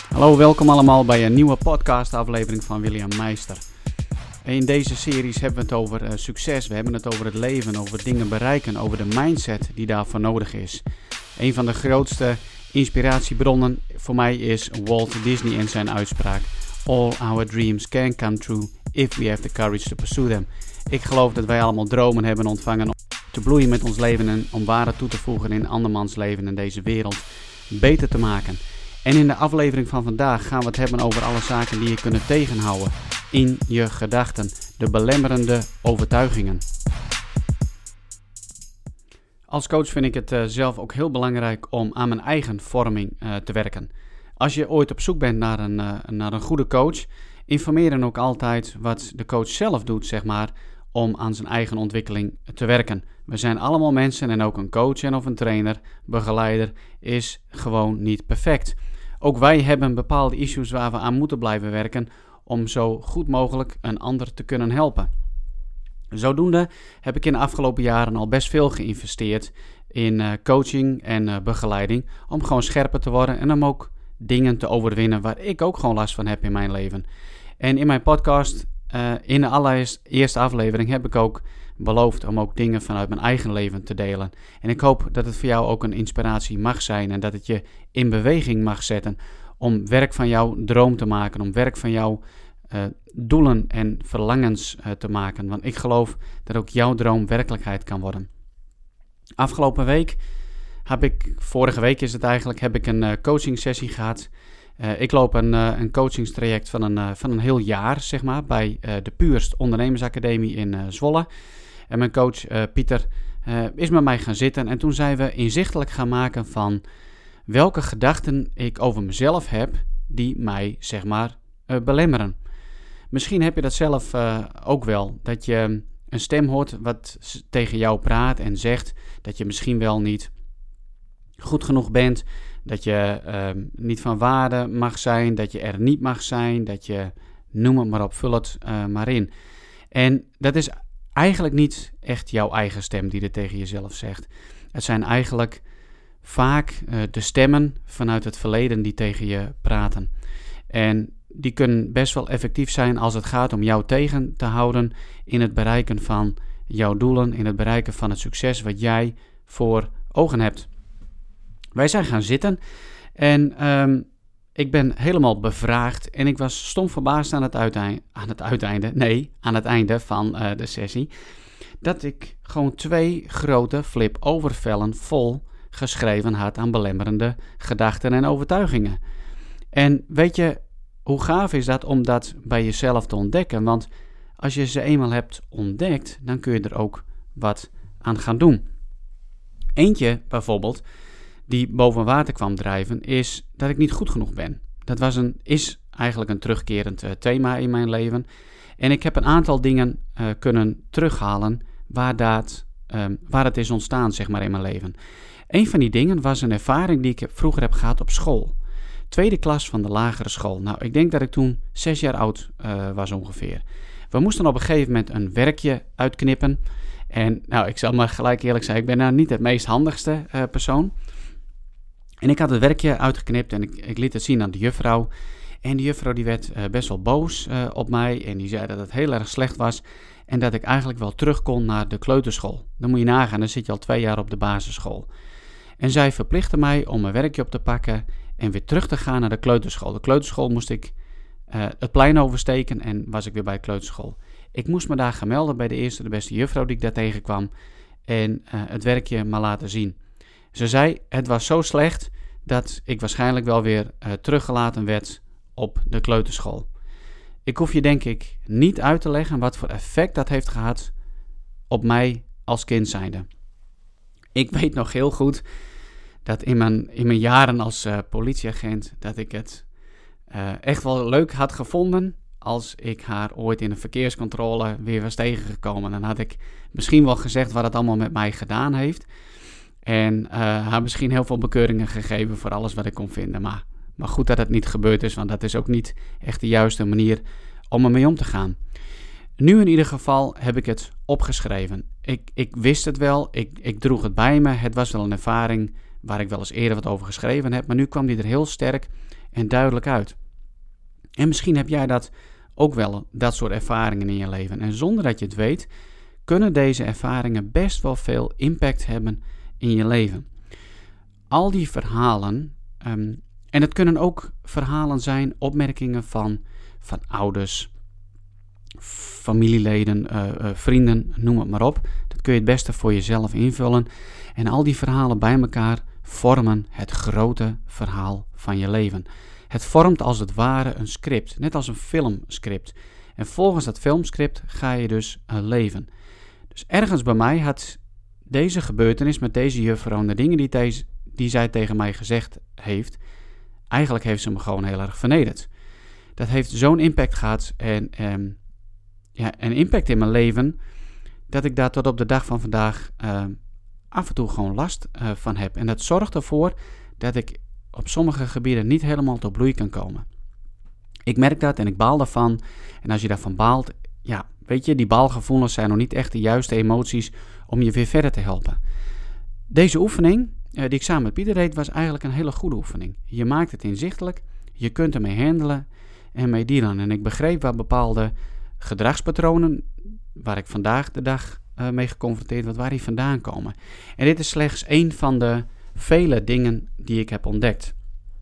Hallo, welkom allemaal bij een nieuwe podcastaflevering van William Meister. In deze series hebben we het over succes, we hebben het over het leven, over dingen bereiken, over de mindset die daarvoor nodig is. Een van de grootste inspiratiebronnen voor mij is Walt Disney en zijn uitspraak: All our dreams can come true if we have the courage to pursue them. Ik geloof dat wij allemaal dromen hebben ontvangen om te bloeien met ons leven en om waarde toe te voegen in andermans leven en deze wereld beter te maken. En in de aflevering van vandaag gaan we het hebben over alle zaken die je kunnen tegenhouden in je gedachten, de belemmerende overtuigingen. Als coach vind ik het zelf ook heel belangrijk om aan mijn eigen vorming te werken. Als je ooit op zoek bent naar een goede coach, informeer dan ook altijd wat de coach zelf doet, om aan zijn eigen ontwikkeling te werken. We zijn allemaal mensen en ook een coach en of een trainer, begeleider is gewoon niet perfect. Ook wij hebben bepaalde issues waar we aan moeten blijven werken om zo goed mogelijk een ander te kunnen helpen. Zodoende heb ik in de afgelopen jaren al best veel geïnvesteerd in coaching en begeleiding om gewoon scherper te worden en om ook dingen te overwinnen waar ik ook gewoon last van heb in mijn leven. En in mijn podcast, in de allereerste aflevering, heb ik ook beloofd om ook dingen vanuit mijn eigen leven te delen. En ik hoop dat het voor jou ook een inspiratie mag zijn en dat het je in beweging mag zetten om werk van jouw droom te maken, om werk van jouw doelen en verlangens te maken. Want ik geloof dat ook jouw droom werkelijkheid kan worden. Afgelopen week vorige week heb ik een coaching sessie gehad. Ik loop een coachingstraject van een heel jaar, bij de Puurst Ondernemersacademie in Zwolle. En mijn coach Pieter is met mij gaan zitten en toen zijn we inzichtelijk gaan maken van welke gedachten ik over mezelf heb die mij, belemmeren. Misschien heb je dat zelf ook wel, dat je een stem hoort wat tegen jou praat en zegt dat je misschien wel niet goed genoeg bent, dat je niet van waarde mag zijn, dat je er niet mag zijn, dat je, noem het maar op, vul het maar in. En dat is eigenlijk niet echt jouw eigen stem die er tegen jezelf zegt. Het zijn eigenlijk vaak de stemmen vanuit het verleden die tegen je praten. En die kunnen best wel effectief zijn als het gaat om jou tegen te houden in het bereiken van jouw doelen, in het bereiken van het succes wat jij voor ogen hebt. Wij zijn gaan zitten en ik ben helemaal bevraagd en ik was stom verbaasd aan het einde van de sessie, dat ik gewoon 2 grote flip-over-vellen vol geschreven had aan belemmerende gedachten en overtuigingen. En weet je, hoe gaaf is dat om dat bij jezelf te ontdekken? Want als je ze eenmaal hebt ontdekt, dan kun je er ook wat aan gaan doen. Eentje bijvoorbeeld, die boven water kwam drijven, is dat ik niet goed genoeg ben. Dat is eigenlijk een terugkerend thema in mijn leven. En ik heb een aantal dingen kunnen terughalen waar het is ontstaan, in mijn leven. Een van die dingen was een ervaring die ik vroeger heb gehad op school. 2e klas van de lagere school. Nou, ik denk dat ik toen 6 jaar oud was ongeveer. We moesten op een gegeven moment een werkje uitknippen. En ik zal maar gelijk eerlijk zijn, ik ben nou niet het meest handigste persoon. En ik had het werkje uitgeknipt en ik liet het zien aan de juffrouw. En de juffrouw die werd best wel boos op mij en die zei dat het heel erg slecht was. En dat ik eigenlijk wel terug kon naar de kleuterschool. Dan moet je nagaan, dan zit je al 2 jaar op de basisschool. En zij verplichtte mij om mijn werkje op te pakken en weer terug te gaan naar de kleuterschool. De kleuterschool moest ik het plein oversteken en was ik weer bij de kleuterschool. Ik moest me daar gaan melden bij de eerste, de beste juffrouw die ik daar tegenkwam en het werkje maar laten zien. Ze zei, het was zo slecht dat ik waarschijnlijk wel weer teruggelaten werd op de kleuterschool. Ik hoef je denk ik niet uit te leggen wat voor effect dat heeft gehad op mij als kind zijnde. Ik weet nog heel goed dat in mijn jaren als politieagent dat ik het echt wel leuk had gevonden als ik haar ooit in een verkeerscontrole weer was tegengekomen. Dan had ik misschien wel gezegd wat het allemaal met mij gedaan heeft. En haar misschien heel veel bekeuringen gegeven voor alles wat ik kon vinden. Maar goed dat het niet gebeurd is, want dat is ook niet echt de juiste manier om ermee om te gaan. Nu in ieder geval heb ik het opgeschreven. Ik wist het wel, ik droeg het bij me. Het was wel een ervaring waar ik wel eens eerder wat over geschreven heb. Maar nu kwam die er heel sterk en duidelijk uit. En misschien heb jij dat ook wel, dat soort ervaringen in je leven. En zonder dat je het weet, kunnen deze ervaringen best wel veel impact hebben in je leven. Al die verhalen, en het kunnen ook verhalen zijn, opmerkingen van ouders, familieleden, vrienden, noem het maar op. Dat kun je het beste voor jezelf invullen. En al die verhalen bij elkaar vormen het grote verhaal van je leven. Het vormt als het ware een script, net als een filmscript. En volgens dat filmscript ga je dus leven. Dus ergens bij mij had deze gebeurtenis met deze juffrouw en de dingen die zij tegen mij gezegd heeft, eigenlijk heeft ze me gewoon heel erg vernederd. Dat heeft zo'n impact gehad en een impact in mijn leven, dat ik daar tot op de dag van vandaag af en toe gewoon last van heb. En dat zorgt ervoor dat ik op sommige gebieden niet helemaal tot bloei kan komen. Ik merk dat en ik baal daarvan. En als je daarvan baalt, ja, weet je, die baalgevoelens zijn nog niet echt de juiste emoties om je weer verder te helpen. Deze oefening, die ik samen met Pieter deed, was eigenlijk een hele goede oefening. Je maakt het inzichtelijk, je kunt ermee handelen en mee dealen. En ik begreep waar bepaalde gedragspatronen, waar ik vandaag de dag mee geconfronteerd word, waar die vandaan komen. En dit is slechts één van de vele dingen die ik heb ontdekt.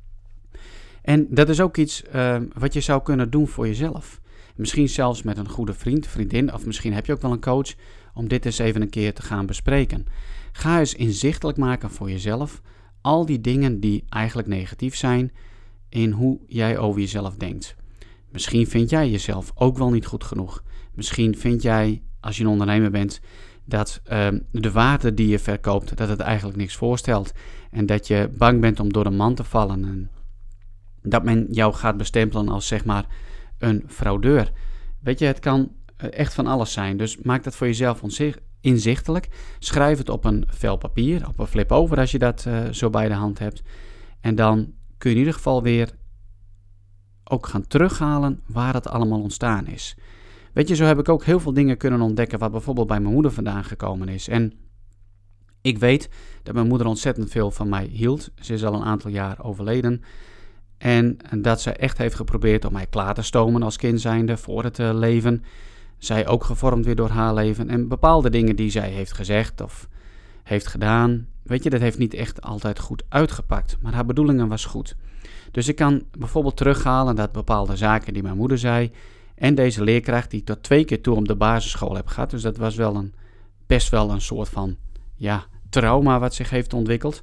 En dat is ook iets wat je zou kunnen doen voor jezelf. Misschien zelfs met een goede vriend, vriendin, of misschien heb je ook wel een coach, om dit eens even een keer te gaan bespreken. Ga eens inzichtelijk maken voor jezelf al die dingen die eigenlijk negatief zijn in hoe jij over jezelf denkt. Misschien vind jij jezelf ook wel niet goed genoeg. Misschien vind jij, als je een ondernemer bent, dat de waarde die je verkoopt, dat het eigenlijk niks voorstelt. En dat je bang bent om door de man te vallen. En dat men jou gaat bestempelen als zeg maar een fraudeur. Weet je, het kan echt van alles zijn. Dus maak dat voor jezelf inzichtelijk. Schrijf het op een vel papier, op een flip over als je dat zo bij de hand hebt. En dan kun je in ieder geval weer ook gaan terughalen waar het allemaal ontstaan is. Weet je, zo heb ik ook heel veel dingen kunnen ontdekken wat bijvoorbeeld bij mijn moeder vandaan gekomen is. En ik weet dat mijn moeder ontzettend veel van mij hield. Ze is al een aantal jaar overleden. En dat ze echt heeft geprobeerd om mij klaar te stomen als kind zijnde voor het leven. Zij ook gevormd weer door haar leven. En bepaalde dingen die zij heeft gezegd of heeft gedaan, weet je, dat heeft niet echt altijd goed uitgepakt. Maar haar bedoelingen was goed. Dus ik kan bijvoorbeeld terughalen dat bepaalde zaken die mijn moeder zei en deze leerkracht die ik tot 2 keer toe op de basisschool heb gehad. Dus dat was wel best wel een soort van trauma wat zich heeft ontwikkeld.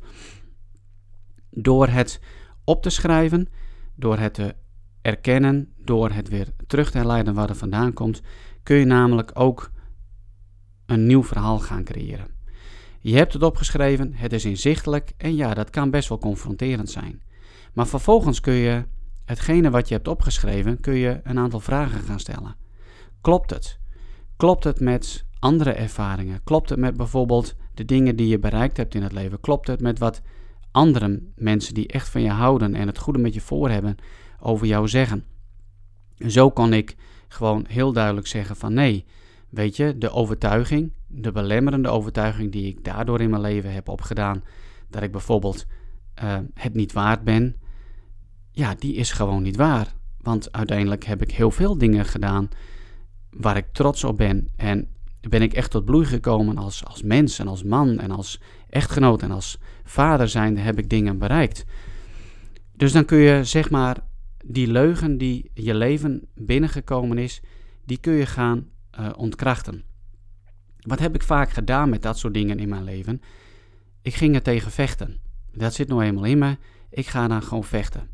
Door het op te schrijven, door het te erkennen, door het weer terug te herleiden waar het vandaan komt, kun je namelijk ook een nieuw verhaal gaan creëren. Je hebt het opgeschreven, het is inzichtelijk en ja, dat kan best wel confronterend zijn. Maar vervolgens kun je hetgene wat je hebt opgeschreven, kun je een aantal vragen gaan stellen. Klopt het? Klopt het met andere ervaringen? Klopt het met bijvoorbeeld de dingen die je bereikt hebt in het leven? Klopt het met wat andere mensen die echt van je houden en het goede met je voor hebben over jou zeggen? En zo kon ik gewoon heel duidelijk zeggen van nee, weet je, de overtuiging, de belemmerende overtuiging die ik daardoor in mijn leven heb opgedaan, dat ik bijvoorbeeld het niet waard ben, ja, die is gewoon niet waar. Want uiteindelijk heb ik heel veel dingen gedaan waar ik trots op ben. En ben ik echt tot bloei gekomen als mens en als man en als echtgenoot en als vader zijnde heb ik dingen bereikt. Dus dan kun je zeg maar die leugen die je leven binnengekomen is, die kun je gaan ontkrachten. Wat heb ik vaak gedaan met dat soort dingen in mijn leven? Ik ging er tegen vechten. Dat zit nou eenmaal in me. Ik ga dan gewoon vechten.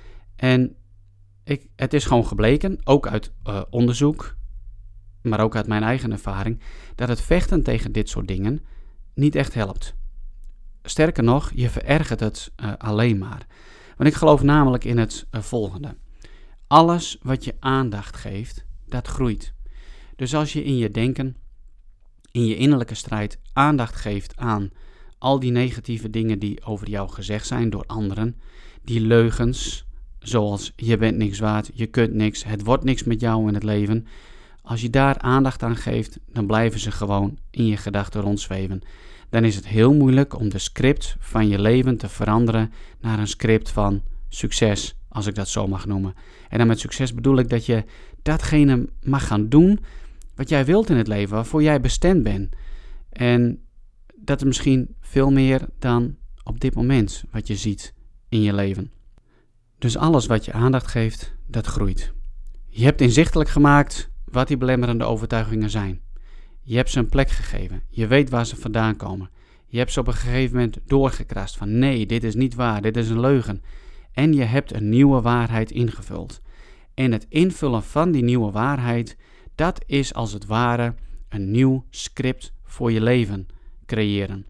En het is gewoon gebleken, ook uit onderzoek, maar ook uit mijn eigen ervaring, dat het vechten tegen dit soort dingen niet echt helpt. Sterker nog, je verergert het alleen maar. Want ik geloof namelijk in het volgende. Alles wat je aandacht geeft, dat groeit. Dus als je in je denken, in je innerlijke strijd aandacht geeft aan al die negatieve dingen die over jou gezegd zijn door anderen, die leugens, zoals je bent niks waard, je kunt niks, het wordt niks met jou in het leven. Als je daar aandacht aan geeft, dan blijven ze gewoon in je gedachten rondzweven. Dan is het heel moeilijk om de script van je leven te veranderen naar een script van succes, als ik dat zo mag noemen. En dan met succes bedoel ik dat je datgene mag gaan doen wat jij wilt in het leven, waarvoor jij bestemd bent. En dat is misschien veel meer dan op dit moment wat je ziet in je leven. Dus alles wat je aandacht geeft, dat groeit. Je hebt inzichtelijk gemaakt wat die belemmerende overtuigingen zijn. Je hebt ze een plek gegeven. Je weet waar ze vandaan komen. Je hebt ze op een gegeven moment doorgekrast van nee, dit is niet waar, dit is een leugen. En je hebt een nieuwe waarheid ingevuld. En het invullen van die nieuwe waarheid, dat is als het ware een nieuw script voor je leven creëren.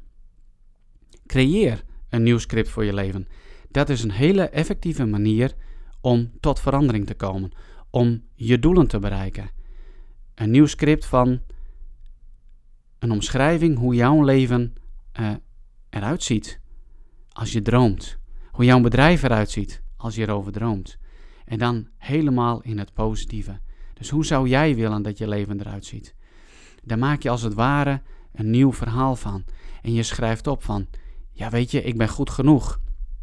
Creëer een nieuw script voor je leven. Dat is een hele effectieve manier om tot verandering te komen, om je doelen te bereiken. Een nieuw script van een omschrijving hoe jouw leven eruit ziet als je droomt. Hoe jouw bedrijf eruit ziet als je erover droomt. En dan helemaal in het positieve. Dus hoe zou jij willen dat je leven eruit ziet? Daar maak je als het ware een nieuw verhaal van. En je schrijft op van, ja weet je, ik ben goed genoeg.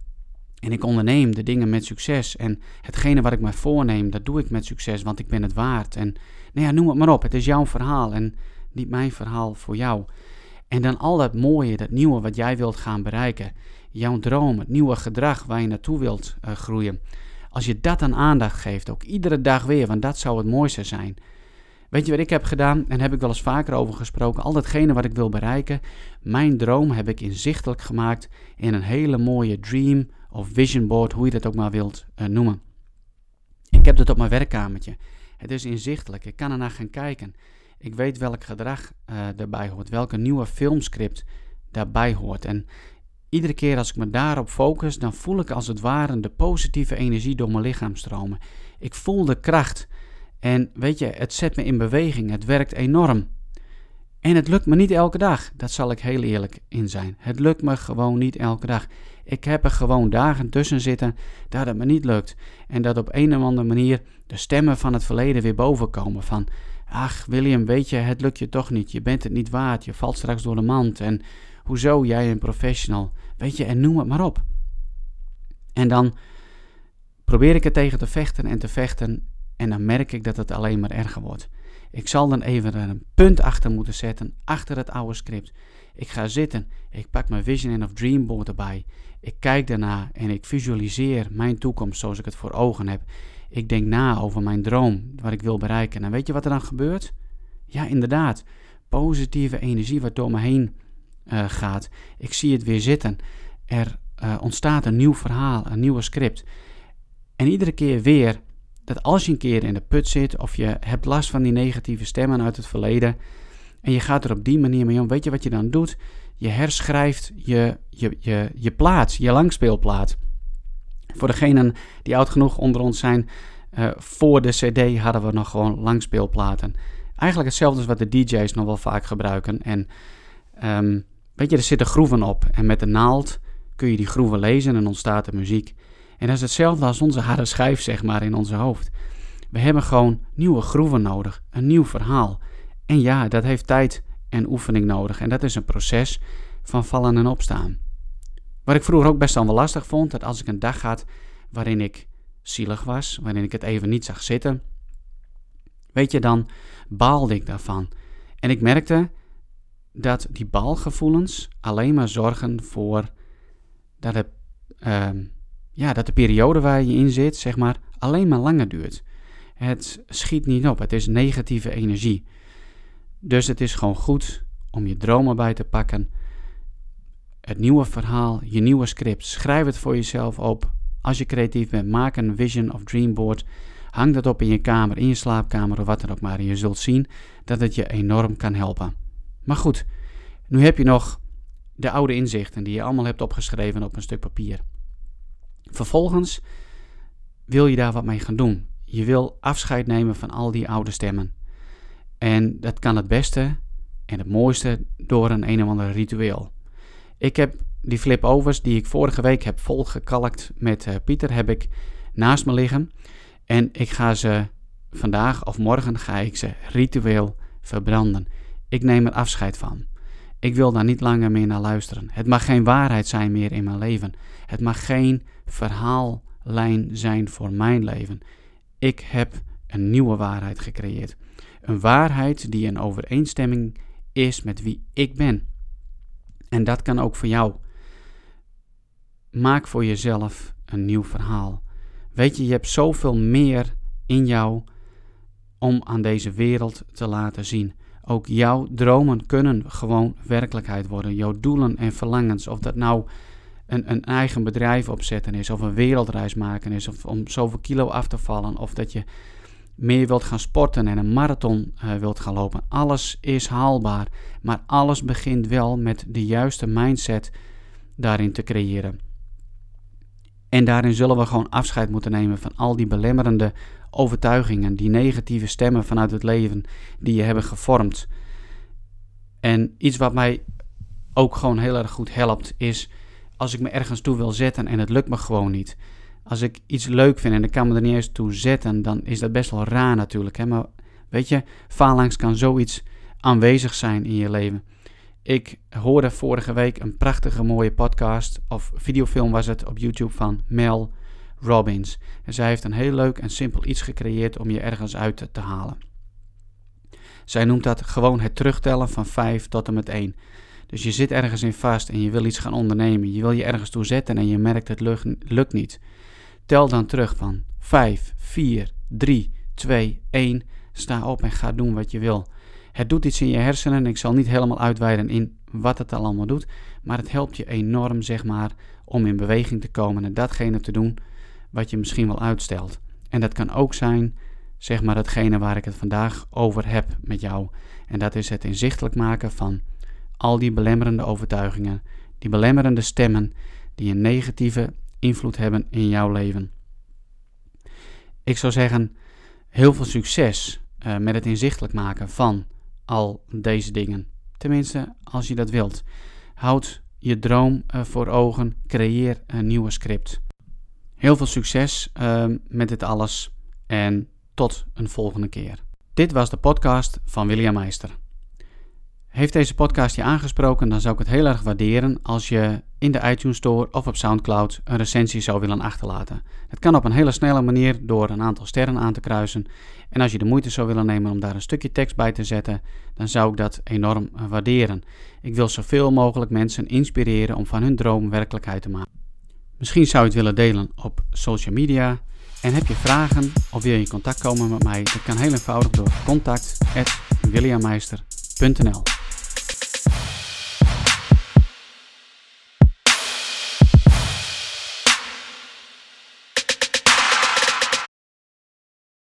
En ik onderneem de dingen met succes. En hetgene wat ik me voorneem, dat doe ik met succes, want ik ben het waard. En nou ja, noem het maar op, het is jouw verhaal en niet mijn verhaal voor jou. En dan al dat mooie, dat nieuwe wat jij wilt gaan bereiken. Jouw droom, het nieuwe gedrag waar je naartoe wilt groeien. Als je dat aan aandacht geeft, ook iedere dag weer, want dat zou het mooiste zijn. Weet je wat ik heb gedaan, en daar heb ik wel eens vaker over gesproken, al datgene wat ik wil bereiken, mijn droom heb ik inzichtelijk gemaakt in een hele mooie dream of vision board, hoe je dat ook maar wilt noemen. Ik heb dat op mijn werkkamertje. Het is inzichtelijk, ik kan ernaar gaan kijken. Ik weet welk gedrag daarbij hoort, welke nieuwe filmscript daarbij hoort. En iedere keer als ik me daarop focus, dan voel ik als het ware de positieve energie door mijn lichaam stromen. Ik voel de kracht. En weet je, het zet me in beweging. Het werkt enorm. En het lukt me niet elke dag. Dat zal ik heel eerlijk in zijn. Het lukt me gewoon niet elke dag. Ik heb er gewoon dagen tussen zitten dat het me niet lukt. En dat op een of andere manier de stemmen van het verleden weer bovenkomen. Van, ach William, weet je, het lukt je toch niet. Je bent het niet waard. Je valt straks door de mand. En hoezo, jij een professional? Weet je, en noem het maar op. En dan probeer ik er tegen te vechten en te vechten. En dan merk ik dat het alleen maar erger wordt. Ik zal dan even er een punt achter moeten zetten, achter het oude script. Ik ga zitten, ik pak mijn vision of dream board erbij. Ik kijk daarna en ik visualiseer mijn toekomst zoals ik het voor ogen heb. Ik denk na over mijn droom, wat ik wil bereiken. En weet je wat er dan gebeurt? Ja, inderdaad. Positieve energie wat door me heen gaat. Ik zie het weer zitten. Er ontstaat een nieuw verhaal, een nieuwe script. En iedere keer weer dat als je een keer in de put zit of je hebt last van die negatieve stemmen uit het verleden en je gaat er op die manier mee om, weet je wat je dan doet? Je herschrijft je plaat, je langspeelplaat. Voor degenen die oud genoeg onder ons zijn, voor de CD hadden we nog gewoon langspeelplaten. Eigenlijk hetzelfde als wat de DJ's nog wel vaak gebruiken. En weet je, er zitten groeven op en met de naald kun je die groeven lezen en ontstaat er muziek. En dat is hetzelfde als onze harde schijf, zeg maar, in onze hoofd. We hebben gewoon nieuwe groeven nodig, een nieuw verhaal. En ja, dat heeft tijd en oefening nodig. En dat is een proces van vallen en opstaan. Wat ik vroeger ook best wel lastig vond, dat als ik een dag had waarin ik zielig was, waarin ik het even niet zag zitten, weet je, dan baalde ik daarvan. En ik merkte dat die baalgevoelens alleen maar zorgen voor dat dat de periode waar je in zit, zeg maar, alleen maar langer duurt. Het schiet niet op, het is negatieve energie. Dus het is gewoon goed om je dromen bij te pakken. Het nieuwe verhaal, je nieuwe script, schrijf het voor jezelf op. Als je creatief bent, maak een vision of dream board. Hang dat op in je kamer, in je slaapkamer of wat dan ook maar. En je zult zien dat het je enorm kan helpen. Maar goed, nu heb je nog de oude inzichten die je allemaal hebt opgeschreven op een stuk papier. Vervolgens wil je daar wat mee gaan doen. Je wil afscheid nemen van al die oude stemmen. En dat kan het beste en het mooiste door een of ander ritueel. Ik heb die flip-overs die ik vorige week heb volgekalkt met Pieter, heb ik naast me liggen. En ik ga ze vandaag of morgen ritueel verbranden. Ik neem er afscheid van. Ik wil daar niet langer meer naar luisteren. Het mag geen waarheid zijn meer in mijn leven. Het mag geen verhaal lijn zijn voor mijn leven. Ik heb een nieuwe waarheid gecreëerd. Een waarheid die in overeenstemming is met wie ik ben. En dat kan ook voor jou. Maak voor jezelf een nieuw verhaal. Weet je hebt zoveel meer in jou om aan deze wereld te laten zien. Ook jouw dromen kunnen gewoon werkelijkheid worden. Jouw doelen en verlangens, of dat nou een eigen bedrijf opzetten is, of een wereldreis maken is, of om zoveel kilo af te vallen, of dat je meer wilt gaan sporten en een marathon wilt gaan lopen. Alles is haalbaar, maar alles begint wel met de juiste mindset daarin te creëren. En daarin zullen we gewoon afscheid moeten nemen van al die belemmerende overtuigingen, die negatieve stemmen vanuit het leven die je hebben gevormd. En iets wat mij ook gewoon heel erg goed helpt is, als ik me ergens toe wil zetten en het lukt me gewoon niet. Als ik iets leuk vind en ik kan me er niet eens toe zetten, dan is dat best wel raar natuurlijk. Hè? Maar weet je, faalangst kan zoiets aanwezig zijn in je leven. Ik hoorde vorige week een prachtige mooie podcast, of videofilm was het, op YouTube van Mel Robbins. En zij heeft een heel leuk en simpel iets gecreëerd om je ergens uit te halen. Zij noemt dat gewoon het terugtellen van 5 tot en met 1. Dus je zit ergens in vast en je wil iets gaan ondernemen. Je wil je ergens toe zetten en je merkt het lukt niet. Tel dan terug van 5, 4, 3, 2, 1. Sta op en ga doen wat je wil. Het doet iets in je hersenen. Ik zal niet helemaal uitweiden in wat het allemaal doet. Maar het helpt je enorm, zeg maar, om in beweging te komen en datgene te doen wat je misschien wel uitstelt. En dat kan ook zijn, zeg maar, datgene waar ik het vandaag over heb met jou. En dat is het inzichtelijk maken van al die belemmerende overtuigingen, die belemmerende stemmen die een negatieve invloed hebben in jouw leven. Ik zou zeggen, heel veel succes met het inzichtelijk maken van al deze dingen. Tenminste, als je dat wilt. Houd je droom voor ogen, creëer een nieuwe script. Heel veel succes met dit alles en tot een volgende keer. Dit was de podcast van William Meister. Heeft deze podcast je aangesproken, dan zou ik het heel erg waarderen als je in de iTunes Store of op Soundcloud een recensie zou willen achterlaten. Het kan op een hele snelle manier door een aantal sterren aan te kruisen. En als je de moeite zou willen nemen om daar een stukje tekst bij te zetten, dan zou ik dat enorm waarderen. Ik wil zoveel mogelijk mensen inspireren om van hun droom werkelijkheid te maken. Misschien zou je het willen delen op social media. En heb je vragen of wil je in contact komen met mij? Dat kan heel eenvoudig door contact@williammeister.nl.